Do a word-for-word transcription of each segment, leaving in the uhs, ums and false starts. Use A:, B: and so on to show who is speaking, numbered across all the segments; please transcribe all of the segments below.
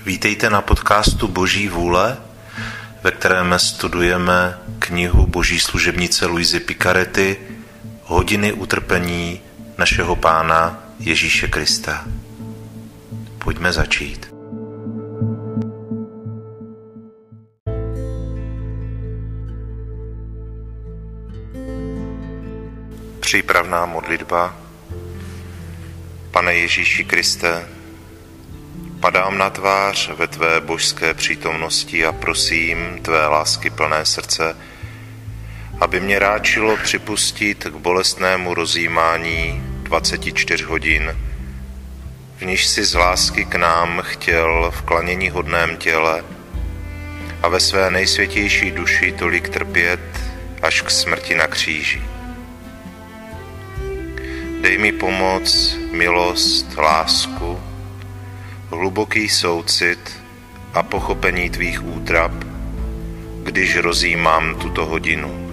A: Vítejte na podcastu Boží vůle, ve kterém studujeme knihu Boží služebnice Luisy Picarety Hodiny utrpení našeho Pána Ježíše Krista. Pojďme začít. Přípravná modlitba. Pane Ježíši Kriste, padám na tvář ve tvé božské přítomnosti a prosím tvé lásky plné srdce, aby mě ráčilo připustit k bolestnému rozjímání dvacet čtyři hodin, v níž si z lásky k nám chtěl v klanění hodném těle a ve své nejsvětější duši tolik trpět až k smrti na kříži. Dej mi pomoc, milost, lásku, hluboký soucit a pochopení tvých útrap, když rozjímám tuto hodinu.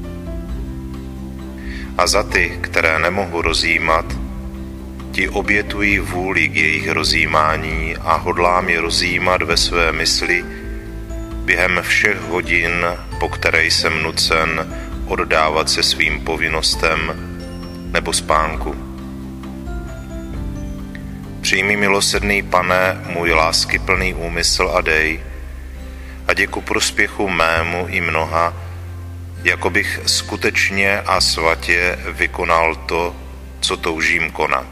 A: A za ty, které nemohu rozjímat, ti obětuji vůli k jejich rozjímání a hodlám je rozjímat ve své mysli během všech hodin, po které jsem nucen oddávat se svým povinnostem nebo spánku. Přijmi, milosrdný Pane, můj láskyplný úmysl a dej, ať je ku prospěchu mému i mnoha, jako bych skutečně a svatě vykonal to, co toužím konat.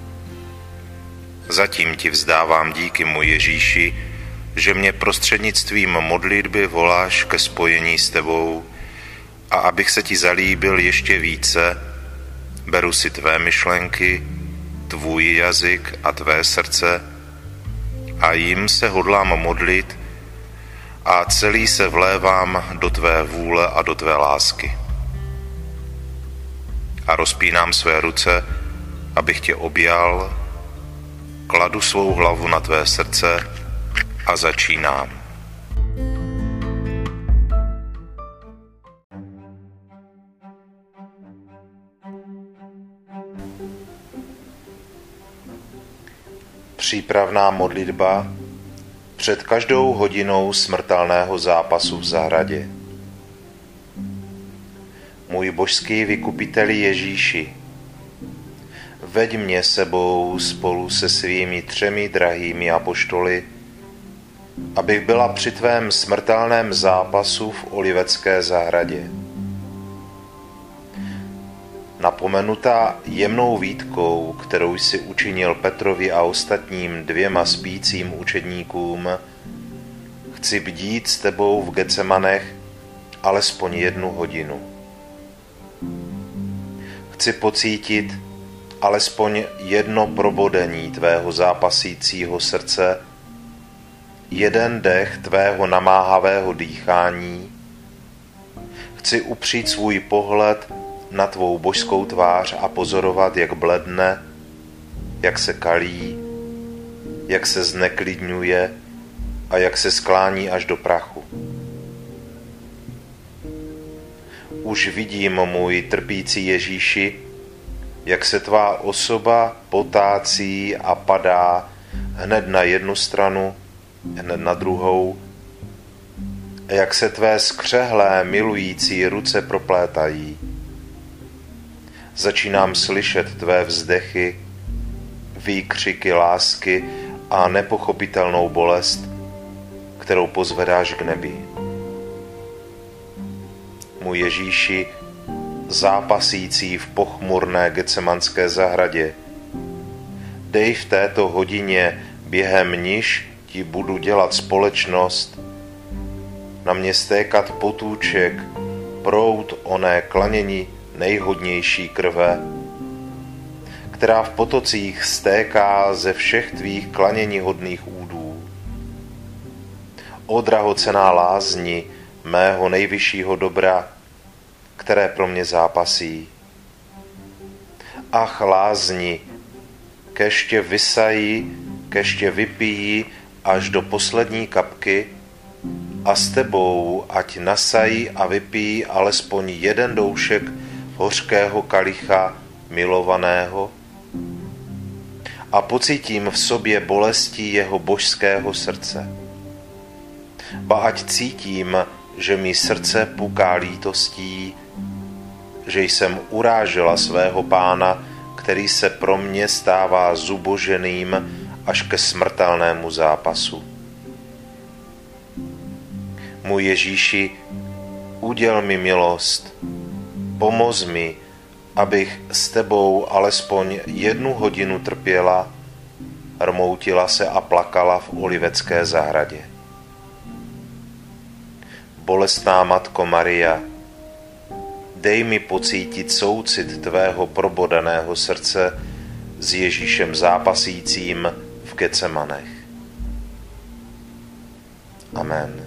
A: Zatím ti vzdávám díky, můj Ježíši, že mě prostřednictvím modlitby voláš ke spojení s tebou a abych se ti zalíbil ještě více, beru si tvé myšlenky, tvůj jazyk a tvé srdce a jim se hodlám modlit a celý se vlévám do tvé vůle a do tvé lásky. A rozpínám své ruce, abych tě objal, kladu svou hlavu na tvé srdce a začínám. Přípravná modlitba před každou hodinou smrtelného zápasu v zahradě. Můj božský vykupiteli Ježíši, veď mě sebou spolu se svými třemi drahými apoštoly, abych byla při tvém smrtelném zápasu v Olivecké zahradě. Napomenutá jemnou výtkou, kterou jsi učinil Petrovi a ostatním dvěma spícím učedníkům, chci bdít s tebou v Getsemanech alespoň jednu hodinu. Chci pocítit alespoň jedno probodení tvého zápasícího srdce, jeden dech tvého namáhavého dýchání. Chci upřít svůj pohled na tvou božskou tvář a pozorovat, jak bledne, jak se kalí, jak se zneklidňuje a jak se sklání až do prachu. Už vidím, můj trpící Ježíši, jak se tvá osoba potácí a padá hned na jednu stranu, hned na druhou, a jak se tvé skřehlé milující ruce proplétají. Začínám slyšet tvé vzdechy, výkřiky lásky a nepochopitelnou bolest, kterou pozvedáš k nebi. Můj Ježíši, zápasící v pochmurné Getsemanské zahradě, dej v této hodině, během níž ti budu dělat společnost, na mě stékat potůček, proud oné klanění nejhodnější krve, která v potocích stéká ze všech tvých klaněníhodných údů. O drahocenná lázni mého nejvyššího dobra, které pro mě zápasí. Ach, lázni, keště vysají, keště vypijí až do poslední kapky a s tebou ať nasají a vypijí alespoň jeden doušek hořkého kalicha milovaného a pocítím v sobě bolesti jeho božského srdce. Ba ať cítím, že mi srdce puká lítostí, že jsem urážela svého Pána, který se pro mě stává zuboženým až ke smrtelnému zápasu. Můj Ježíši, uděl mi milost, pomoz mi, abych s tebou alespoň jednu hodinu trpěla, rmoutila se a plakala v Olivecké zahradě. Bolestná Matko Maria, dej mi pocítit soucit tvého probodaného srdce s Ježíšem zápasícím v Getsemanech. Amen.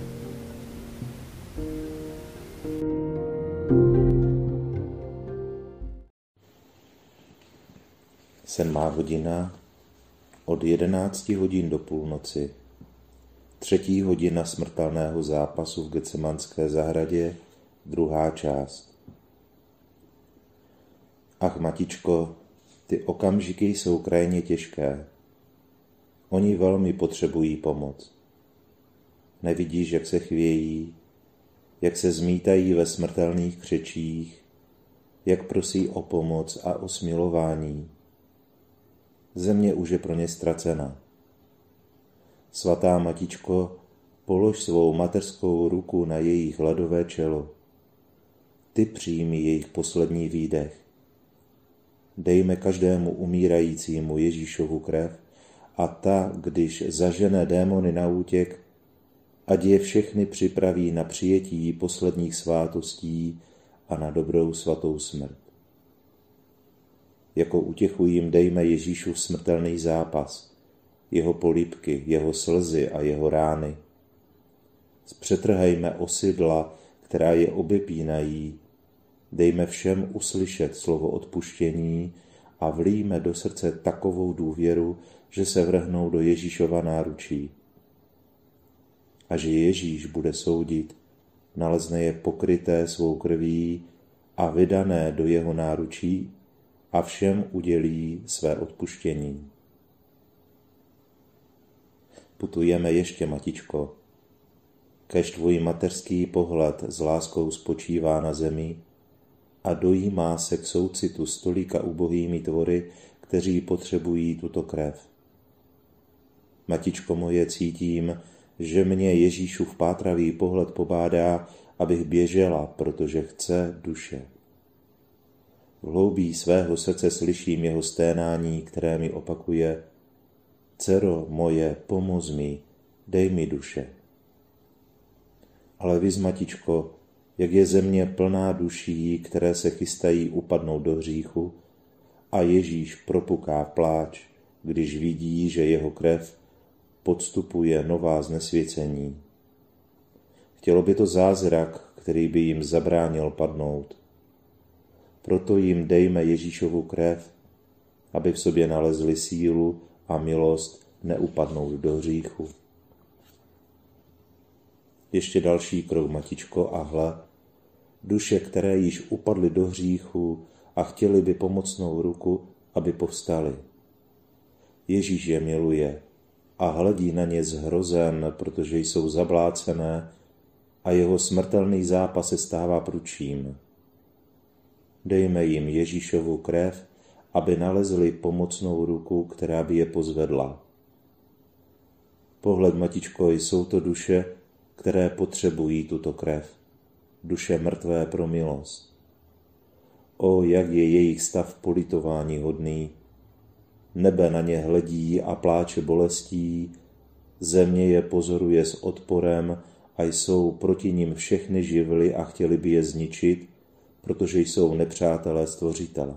A: Sedmá hodina od jedenácti hodin do půlnoci. Třetí hodina smrtelného zápasu v Getsemanské zahradě, druhá část. Ach, matičko, ty okamžiky jsou krajně těžké. Oni velmi potřebují pomoc. Nevidíš, jak se chvějí, jak se zmítají ve smrtelných křečích, jak prosí o pomoc a o smilování. Země už je pro ně ztracena. Svatá matičko, polož svou mateřskou ruku na jejich ledové čelo. Ty přijmi jejich poslední výdech. Dejme každému umírajícímu Ježíšovu krev a ta, když zažene démony na útěk, ať je všechny připraví na přijetí posledních svátostí a na dobrou svatou smrt. Jako útěchu jim dejme Ježíšův smrtelný zápas, jeho polibky, jeho slzy a jeho rány. Zpřetrhejme osidla, která je obepínají, dejme všem uslyšet slovo odpuštění a vlijme do srdce takovou důvěru, že se vrhnou do Ježíšova náručí. A že Ježíš bude soudit, nalezne je pokryté svou krví a vydané do jeho náručí a všem udělí své odpuštění. Putujeme ještě, matičko, kéž tvůj mateřský pohled s láskou spočívá na zemi a dojímá se k soucitu s tolika ubohými tvory, kteří potřebují tuto krev. Matičko moje, cítím, že mě Ježíšův pátravý pohled pobádá, abych běžela, protože chce duše. V hloubí svého srdce slyším jeho sténání, které mi opakuje: Dcero moje, pomoz mi, dej mi duše. Ale viz, matičko, jak je země plná duší, které se chystají upadnout do hříchu, a Ježíš propuká pláč, když vidí, že jeho krev podstupuje nová znesvěcení. Chtělo by to zázrak, který by jim zabránil padnout. Proto jim dejme Ježíšovu krev, aby v sobě nalezli sílu a milost neupadnout do hříchu. Ještě další krok, matičko, a hle, duše, které již upadly do hříchu a chtěli by pomocnou ruku, aby povstali. Ježíš je miluje a hledí na ně s hrozem, protože jsou zablácené a jeho smrtelný zápas se stává pručím. Dejme jim Ježíšovu krev, aby nalezli pomocnou ruku, která by je pozvedla. Pohled, matičko, jsou to duše, které potřebují tuto krev, duše mrtvé pro milost. O, jak je jejich stav politování hodný. Nebe na ně hledí a pláče bolestí, země je pozoruje s odporem a jsou proti nim všechny živly a chtěli by je zničit, protože jsou nepřátelé Stvořitele.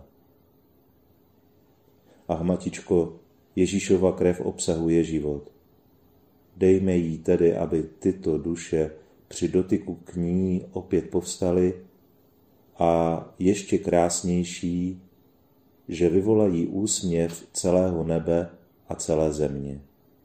A: Ach, matičko, Ježíšova krev obsahuje život. Dejme jí tedy, aby tyto duše při dotyku k ní opět povstaly a ještě krásnější, že vyvolají úsměv celého nebe a celé země.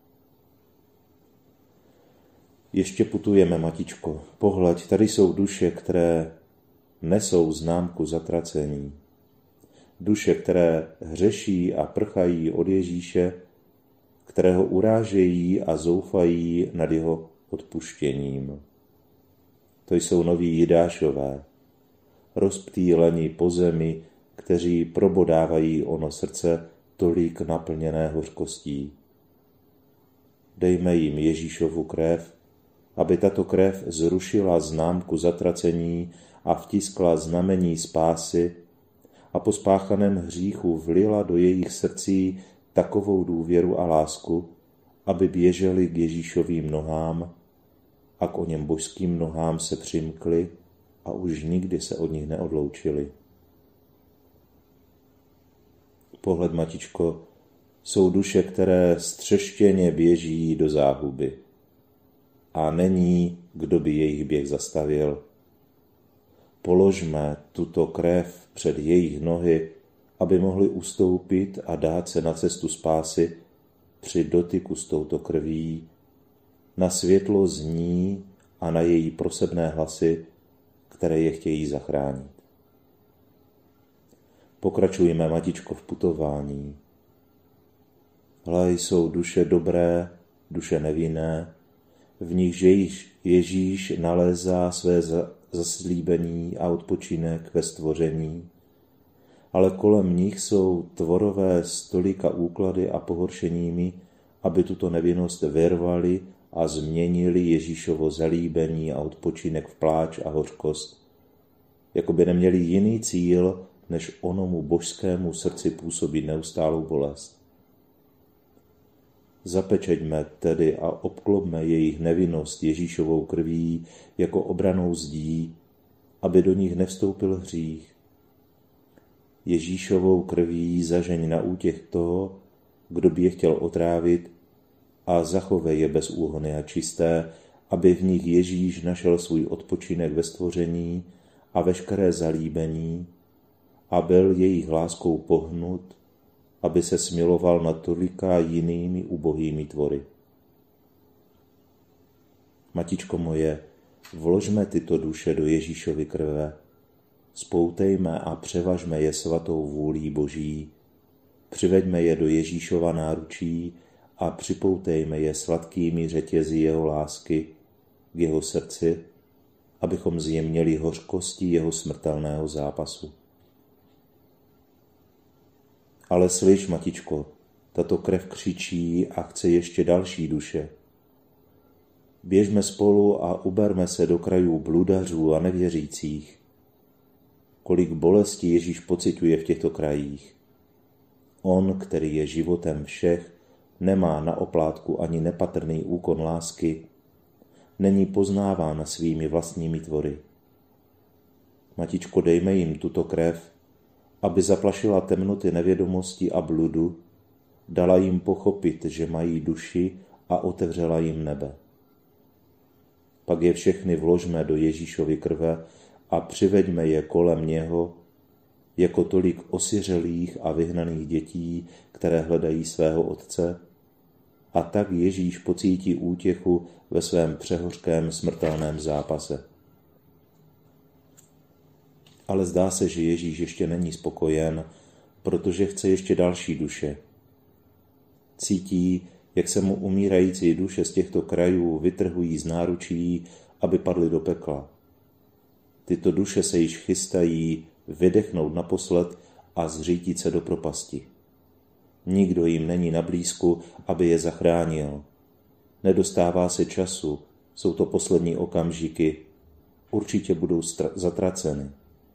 A: Ještě putujeme, matičko. Pohleď, tady jsou duše, které nesou známku zatracení.
B: duše, které hřeší a prchají od Ježíše, které ho urážejí a zoufají nad jeho odpuštěním. To jsou noví Jidášové, rozptýlení po zemi, kteří probodávají ono srdce tolik naplněné hořkostí. Dejme jim Ježíšovu krev, aby tato krev zrušila známku zatracení a vtiskla znamení spásy a po spáchaném hříchu vlila do jejich srdcí takovou důvěru a lásku, aby běželi k Ježíšovým nohám a k oněm božským nohám se přimkli a už nikdy se od nich neodloučili. Pohled, matičko, jsou duše, které střeštěně běží do záhuby. A není, kdo by jejich běh zastavil. Položme tuto krev před jejich nohy, aby mohli ustoupit a dát se na cestu spásy při dotyku s touto krví, na světlo z ní a na její prosebné hlasy, které je chtějí zachránit. Pokračujme, matičko, v putování. Hle, jsou duše dobré, duše nevinné, v nich Ježíš nalézá své zaslíbení a odpočinek ve stvoření, ale kolem nich jsou tvorové s tolika úklady a pohoršeními, aby tuto nevinnost vyrvali a změnili Ježíšovo zalíbení a odpočinek v pláč a hořkost, jako by neměli jiný cíl, než onomu božskému srdci působit neustálou bolest. Zapečeťme tedy a obklopme jejich nevinnost Ježíšovou krví jako obranou zdí, aby do nich nevstoupil hřích. Ježíšovou krví zažeň na útěch toho, kdo by je chtěl otrávit, a zachovej je bez úhony a čisté, aby v nich Ježíš našel svůj odpočinek ve stvoření a veškeré zalíbení a byl jejich láskou pohnut, aby se smiloval nad tolika jinými ubohými tvory. Matičko moje, vložme tyto duše do Ježíšovy krve, spoutejme a převažme je svatou vůlí Boží, přiveďme je do Ježíšova náručí a připoutejme je sladkými řetězy jeho lásky k jeho srdci, abychom zjemněli hořkosti jeho smrtelného zápasu. Ale slyš, matičko, tato krev křičí a chce ještě další duše. Běžme spolu a uberme se do krajů bludařů a nevěřících. Kolik bolesti Ježíš pociťuje v těchto krajích. On, který je životem všech, nemá na oplátku ani nepatrný úkon lásky, není poznáván svými vlastními tvory. Matičko, dejme jim tuto krev, aby zaplašila temnoty nevědomosti a bludu, dala jim pochopit, že mají duši a otevřela jim nebe. Pak je všechny vložme do Ježíšovy krve a přiveďme je kolem něho, jako tolik osiřelých a vyhnaných dětí, které hledají svého otce, a tak Ježíš pocítí útěchu ve svém přehořkém smrtelném zápase. Ale zdá se, že Ježíš ještě není spokojen, protože chce ještě další duše. Cítí, jak se mu umírající duše z těchto krajů vytrhují z náručí, aby padly do pekla. Tyto duše se již chystají vydechnout naposled a zřítit se do propasti. Nikdo jim není na blízku, aby je zachránil. Nedostává se času, jsou to poslední okamžiky, určitě budou stra- zatraceny.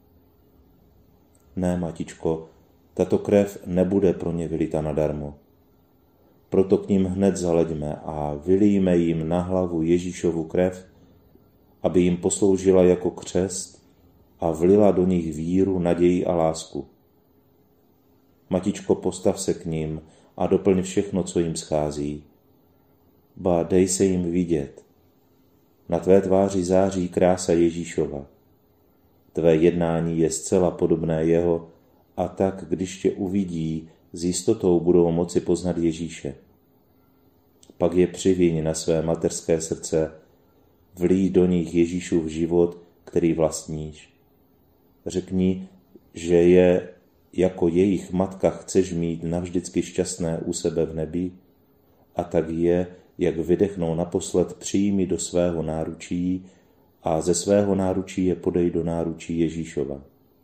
B: Ne, matičko, tato krev nebude pro ně vylita nadarmo. Proto k ním hned zaleďme a vylijme jim na hlavu Ježíšovu krev, aby jim posloužila jako křest a vlila do nich víru, naději a lásku. Matičko, postav se k ním a doplň všechno, co jim schází. Ba dej se jim vidět. Na tvé tváři září krása Ježíšova. Tvé jednání je zcela podobné jeho, a tak, když tě uvidí, s jistotou budou moci poznat Ježíše. Pak je přiviň na své mateřské srdce, vlij do nich Ježíšův život, který vlastníš. Řekni, že je jako jejich matka chceš mít navždycky šťastné u sebe v nebi, a tak je, jak vydechnou naposled, přijmi do svého náručí a ze svého náručí je podej do náručí Ježíšova.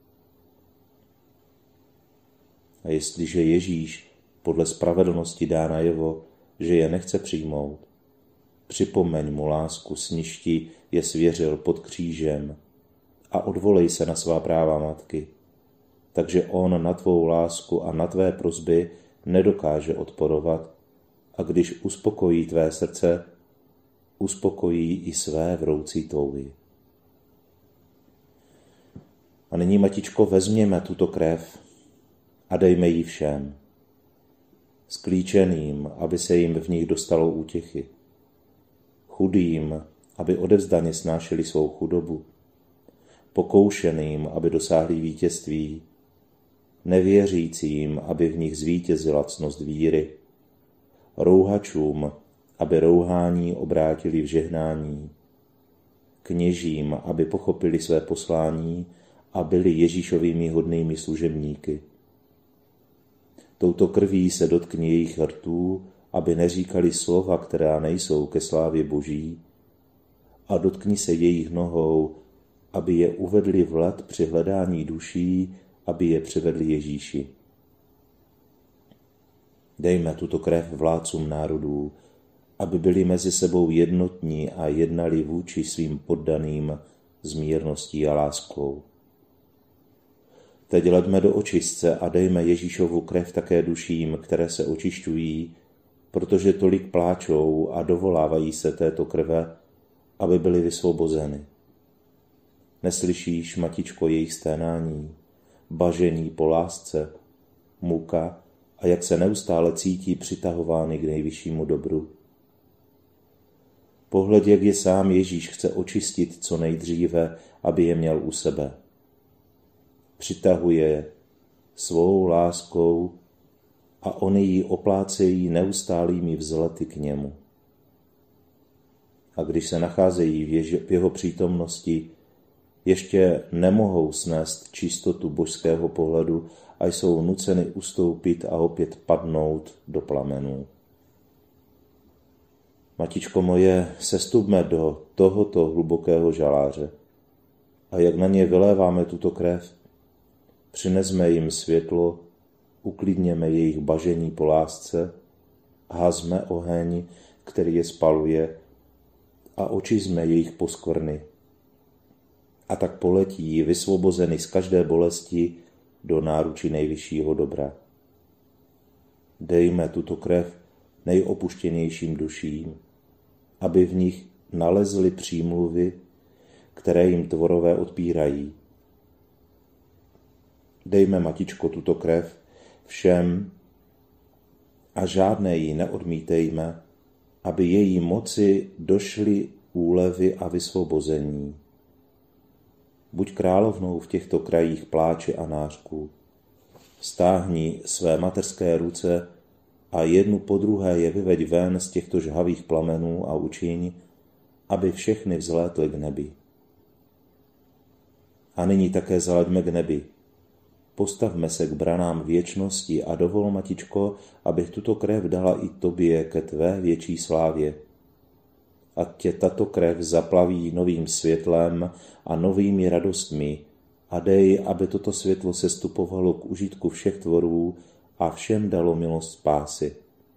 B: A jestliže Ježíš podle spravedlnosti dá najevo, že je nechce přijmout, připomeň mu lásku, s níž ti je svěřil pod křížem, a odvolej se na svá práva matky, takže on na tvou lásku a na tvé prosby nedokáže odporovat, a když uspokojí tvé srdce, uspokojí i své vroucí touhy. A nyní, matičko, vezměme tuto krev a dejme ji všem, sklíčeným, aby se jim v nich dostalo útěchy, chudým, aby odevzdaně snášeli svou chudobu, pokoušeným, aby dosáhli vítězství, nevěřícím, aby v nich zvítězila ctnost víry, rouhačům, aby rouhání obrátili v žehnání, kněžím, aby pochopili své poslání a byli Ježíšovými hodnými služebníky. Touto krví se dotkni jejich rtů, aby neříkali slova, která nejsou ke slávě Boží, a dotkni se jejich nohou, aby je uvedli v led při hledání duší, aby je přivedli Ježíši. Dejme tuto krev vládcům národů, aby byli mezi sebou jednotní a jednali vůči svým poddaným s mírností a láskou. Teď leďme do očistce a dejme Ježíšovu krev také duším, které se očišťují, protože tolik pláčou a dovolávají se této krve, aby byly vysvobozeny. Neslyšíš, matičko, jejich sténání, bažení po lásce, muka a jak se neustále cítí přitahovány k nejvyššímu dobru? Pohled, jak je sám Ježíš chce očistit co nejdříve, aby je měl u sebe. Přitahuje svou láskou a oni ji oplácejí neustálými vzlety k němu. A když se nacházejí v jeho přítomnosti, ještě nemohou snést čistotu božského pohledu a jsou nuceny ustoupit a opět padnout do plamenů. Matičko moje, sestupme do tohoto hlubokého žaláře a jak na ně vyléváme tuto krev, přinesme jim světlo, uklidněme jejich bažení po lásce, hazme oheň, který je spaluje, a očistme jejich poskvrny. A tak poletí vysvobozeny z každé bolesti do náručí nejvyššího dobra. Dejme tuto krev nejopuštěnějším duším, aby v nich nalezly přímluvy, které jim tvorové odpírají. Dejme, matičko, tuto krev všem a žádné ji neodmítejme, aby její moci došly úlevy a vysvobození. Buď královnou v těchto krajích pláče a nářků. Stáhni své mateřské ruce a jednu po druhé je vyveď ven z těchto žhavých plamenů a učiň, aby všechny vzlétly k nebi. A nyní také zalaďme k nebi. Postavme se k branám věčnosti a dovol, matičko, abych tuto krev dala i tobě ke tvé větší slávě. A tě tato krev zaplaví novým světlem a novými radostmi a dej, aby toto světlo sestupovalo k užitku všech tvorů a všem dalo milost spásy.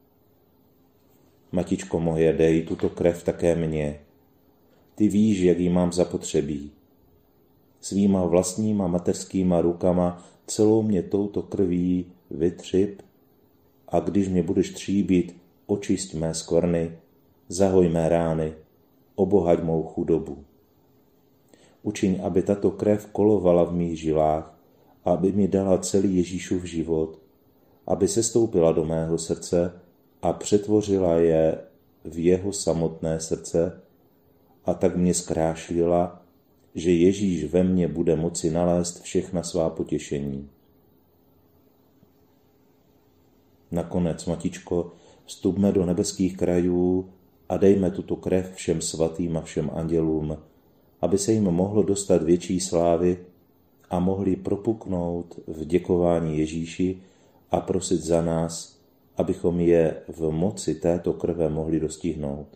B: Matičko moje, dej tuto krev také mně. Ty víš, jak jí mám zapotřebí. Svýma vlastníma mateřskýma rukama celou mě touto krví vytřip a když mě budeš tříbit, očist mé skvrny, zahoj mé rány, obohať mou chudobu. Učiň, aby tato krev kolovala v mých žilách, aby mi dala celý Ježíšův život, aby sestoupila do mého srdce a přetvořila je v jeho samotné srdce a tak mě zkrášlila, že Ježíš ve mně bude moci nalézt všechna svá potěšení. Nakonec, matičko, vstupme do nebeských krajů a dejme tuto krev všem svatým a všem andělům, aby se jim mohlo dostat větší slávy a mohli propuknout v děkování Ježíši a prosit za nás, abychom je v moci této krve mohli dostihnout.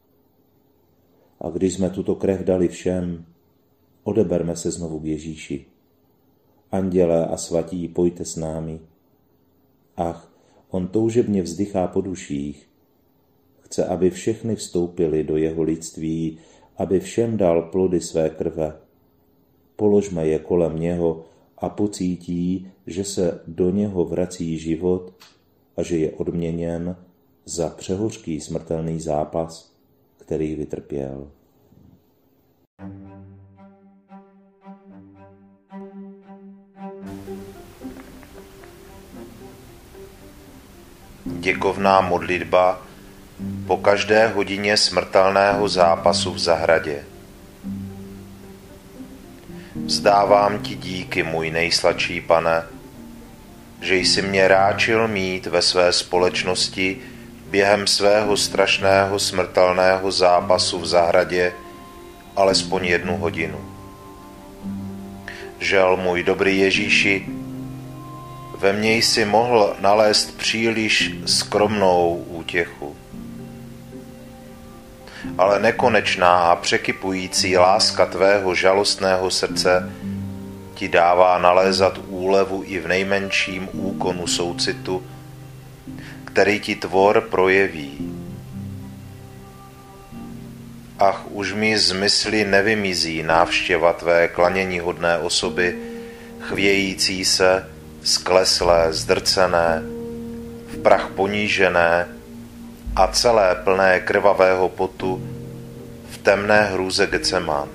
B: A když jsme tuto krev dali všem, odeberme se znovu k Ježíši. Anděle a svatí, pojďte s námi. Ach, on toužebně vzdychá po duších. Chce, aby všechny vstoupili do jeho lidství, aby všem dal plody své krve. Položme je kolem něho a pocítí, že se do něho vrací život a že je odměněn za přehořký smrtelný zápas, který vytrpěl.
A: Děkovná modlitba po každé hodině smrtelného zápasu v zahradě. Vzdávám ti díky, můj nejsladší Pane, že jsi mě ráčil mít ve své společnosti během svého strašného smrtelného zápasu v zahradě alespoň jednu hodinu. Žel, můj dobrý Ježíši, ve mně jsi mohl nalézt příliš skromnou útěchu. Ale nekonečná a překypující láska tvého žalostného srdce ti dává nalézat úlevu i v nejmenším úkonu soucitu, který ti tvor projeví. Ach, už mi z mysli nevymizí návštěva tvé klaněníhodné osoby, chvějící se, skleslé, zdrcené, v prach ponížené a celé plné krvavého potu v temné hrůze Getseman.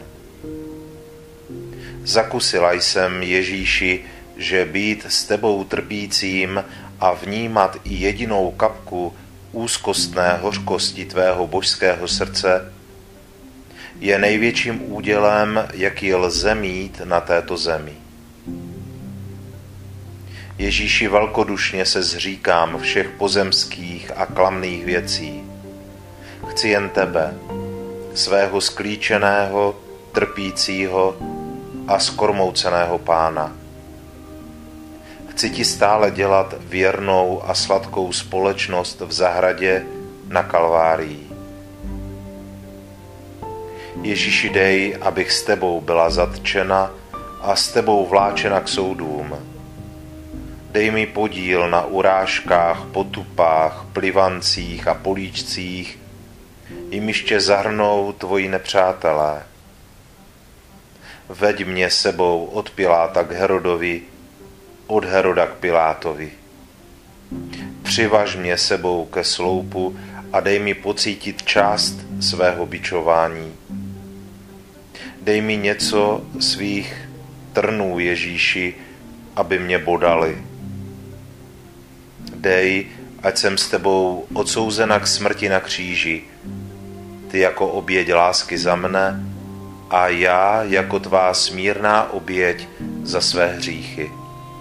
A: Zakusila jsem, Ježíši, že být s tebou trpícím a vnímat i jedinou kapku úzkostné hořkosti tvého božského srdce je největším údělem, jaký lze mít na této zemi. Ježíši, velkodušně se zříkám všech pozemských a klamných věcí. Chci jen tebe, svého sklíčeného, trpícího a skormouceného Pána. Chci ti stále dělat věrnou a sladkou společnost v zahradě na Kalvárii. Ježíši, dej, abych s tebou byla zatčena a s tebou vláčena k soudům. Dej mi podíl na urážkách, potupách, plivancích a políčcích, jimiž tě zahrnou tvoji nepřátelé. Veď mě sebou od Piláta k Herodovi, od Heroda k Pilátovi. Přivaž mě sebou ke sloupu a dej mi pocítit část svého bičování. Dej mi něco svých trnů, Ježíši, aby mě bodali. Dej, ať jsem s tebou odsouzena k smrti na kříži, ty jako oběť lásky za mne a já jako tvá smírná oběť za své hříchy.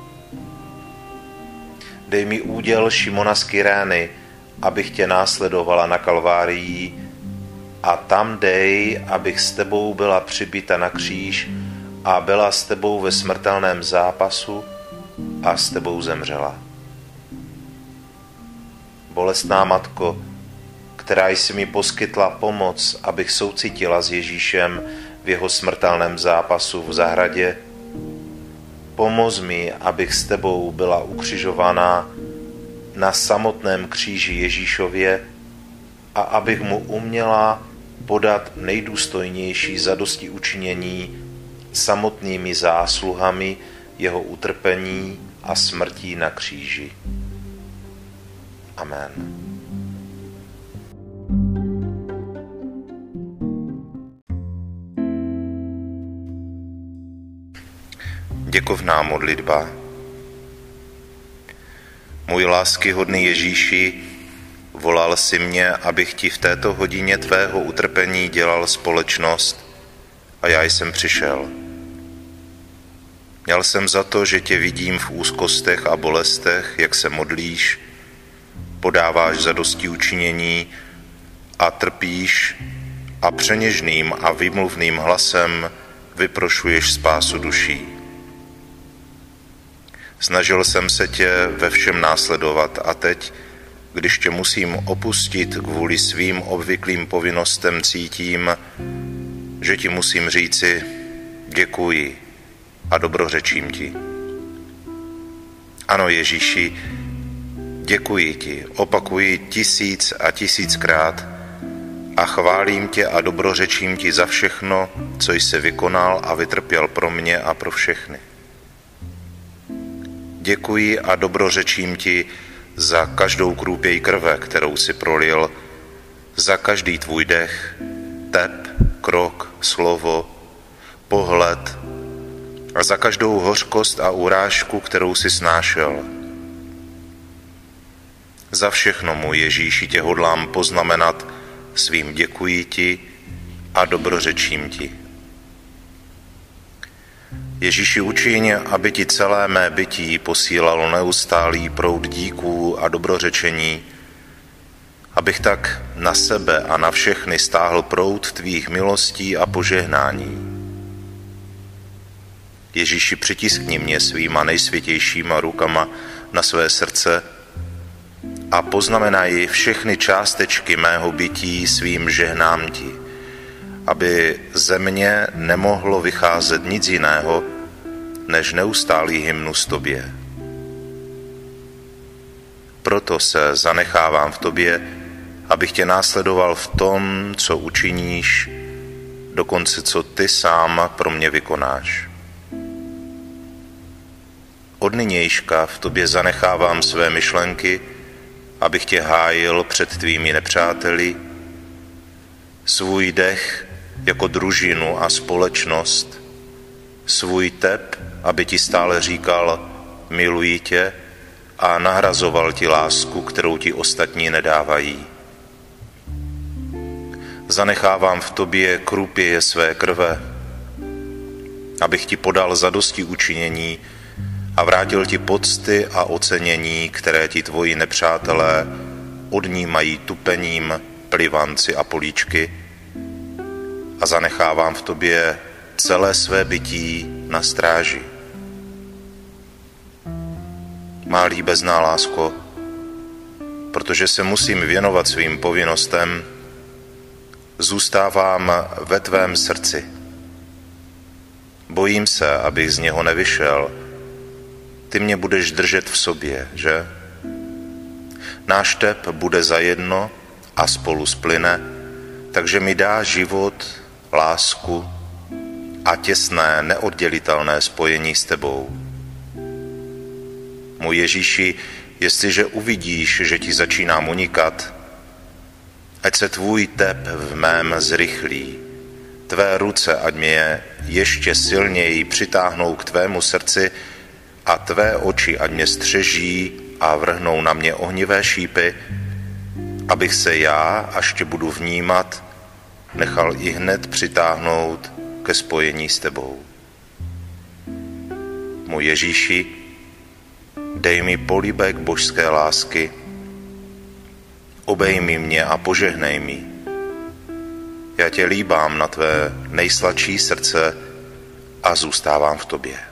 A: Dej mi úděl Šimona z Kyrény, abych tě následovala na Kalvárii, a tam dej, abych s tebou byla přibita na kříž a byla s tebou ve smrtelném zápasu a s tebou zemřela. Bolestná matko, která jsi mi poskytla pomoc, abych soucítila s Ježíšem v jeho smrtelném zápasu v zahradě, pomoz mi, abych s tebou byla ukřižovaná na samotném kříži Ježíšově a abych mu uměla podat nejdůstojnější zadosti učinění samotnými zásluhami jeho utrpení a smrtí na kříži. Amen. Děkovná modlitba. Můj láskyhodný Ježíši, volal si mě, abych ti v této hodině tvého utrpení dělal společnost, a já jsem přišel. Měl jsem za to, že tě vidím v úzkostech a bolestech, jak se modlíš, podáváš zadosti učinění a trpíš a přeněžným a výmluvným hlasem vyprošuješ spásu duší. Snažil jsem se tě ve všem následovat a teď, když tě musím opustit kvůli svým obvyklým povinnostem, cítím, že ti musím říci děkuji a dobrořečím ti. Ano, Ježíši, děkuji ti, opakuji tisíc a tisíckrát a chválím tě a dobrořečím ti za všechno, co jsi vykonal a vytrpěl pro mě a pro všechny. Děkuji a dobrořečím ti za každou krůpěj krve, kterou si prolil, za každý tvůj dech, tep, krok, slovo, pohled a za každou hořkost a urážku, kterou si snášel. Za všechno, můj Ježíši, tě hodlám poznamenat svým děkuji ti a dobrořečím ti. Ježíši, učiň, aby ti celé mé bytí posílalo neustálý proud díků a dobrořečení, abych tak na sebe a na všechny stáhl proud tvých milostí a požehnání. Ježíši, přitiskni mě svýma nejsvětějšíma rukama na své srdce a poznamenaj všechny částečky mého bytí svým žehnám ti, aby ze mě nemohlo vycházet nic jiného, než neustálý hymnus tobě. Proto se zanechávám v tobě, abych tě následoval v tom, co učiníš, dokonce co ty sám pro mě vykonáš. Od nynějška v tobě zanechávám své myšlenky, abych tě hájil před tvými nepřáteli, svůj dech jako družinu a společnost, svůj tep, aby ti stále říkal miluji tě a nahrazoval ti lásku, kterou ti ostatní nedávají. Zanechávám v tobě krůpěje své krve, abych ti podal zadosti učinění a vrátil ti pocty a ocenění, které ti tvoji nepřátelé odnímají tupením, plivanci a políčky, a zanechávám v tobě celé své bytí na stráži. Má líbezná lásko, protože se musím věnovat svým povinnostem, zůstávám ve tvém srdci. Bojím se, abych z něho nevyšel. Ty mě budeš držet v sobě, že? Náš tep bude zajedno a spolu splyne, takže mi dá život, lásku a těsné, neoddělitelné spojení s tebou. Můj Ježíši, jestliže uvidíš, že ti začínám unikat, ať se tvůj tep v mém zrychlí, tvé ruce ať mě ještě silněji přitáhnou k tvému srdci a tvé oči ať mě střeží a vrhnou na mě ohnivé šípy, abych se já, až tě budu vnímat, nechal i hned přitáhnout ke spojení s tebou. Můj Ježíši, dej mi polibek božské lásky, obejmi mě a požehnej mi. Já tě líbám na tvé nejsladší srdce a zůstávám v tobě.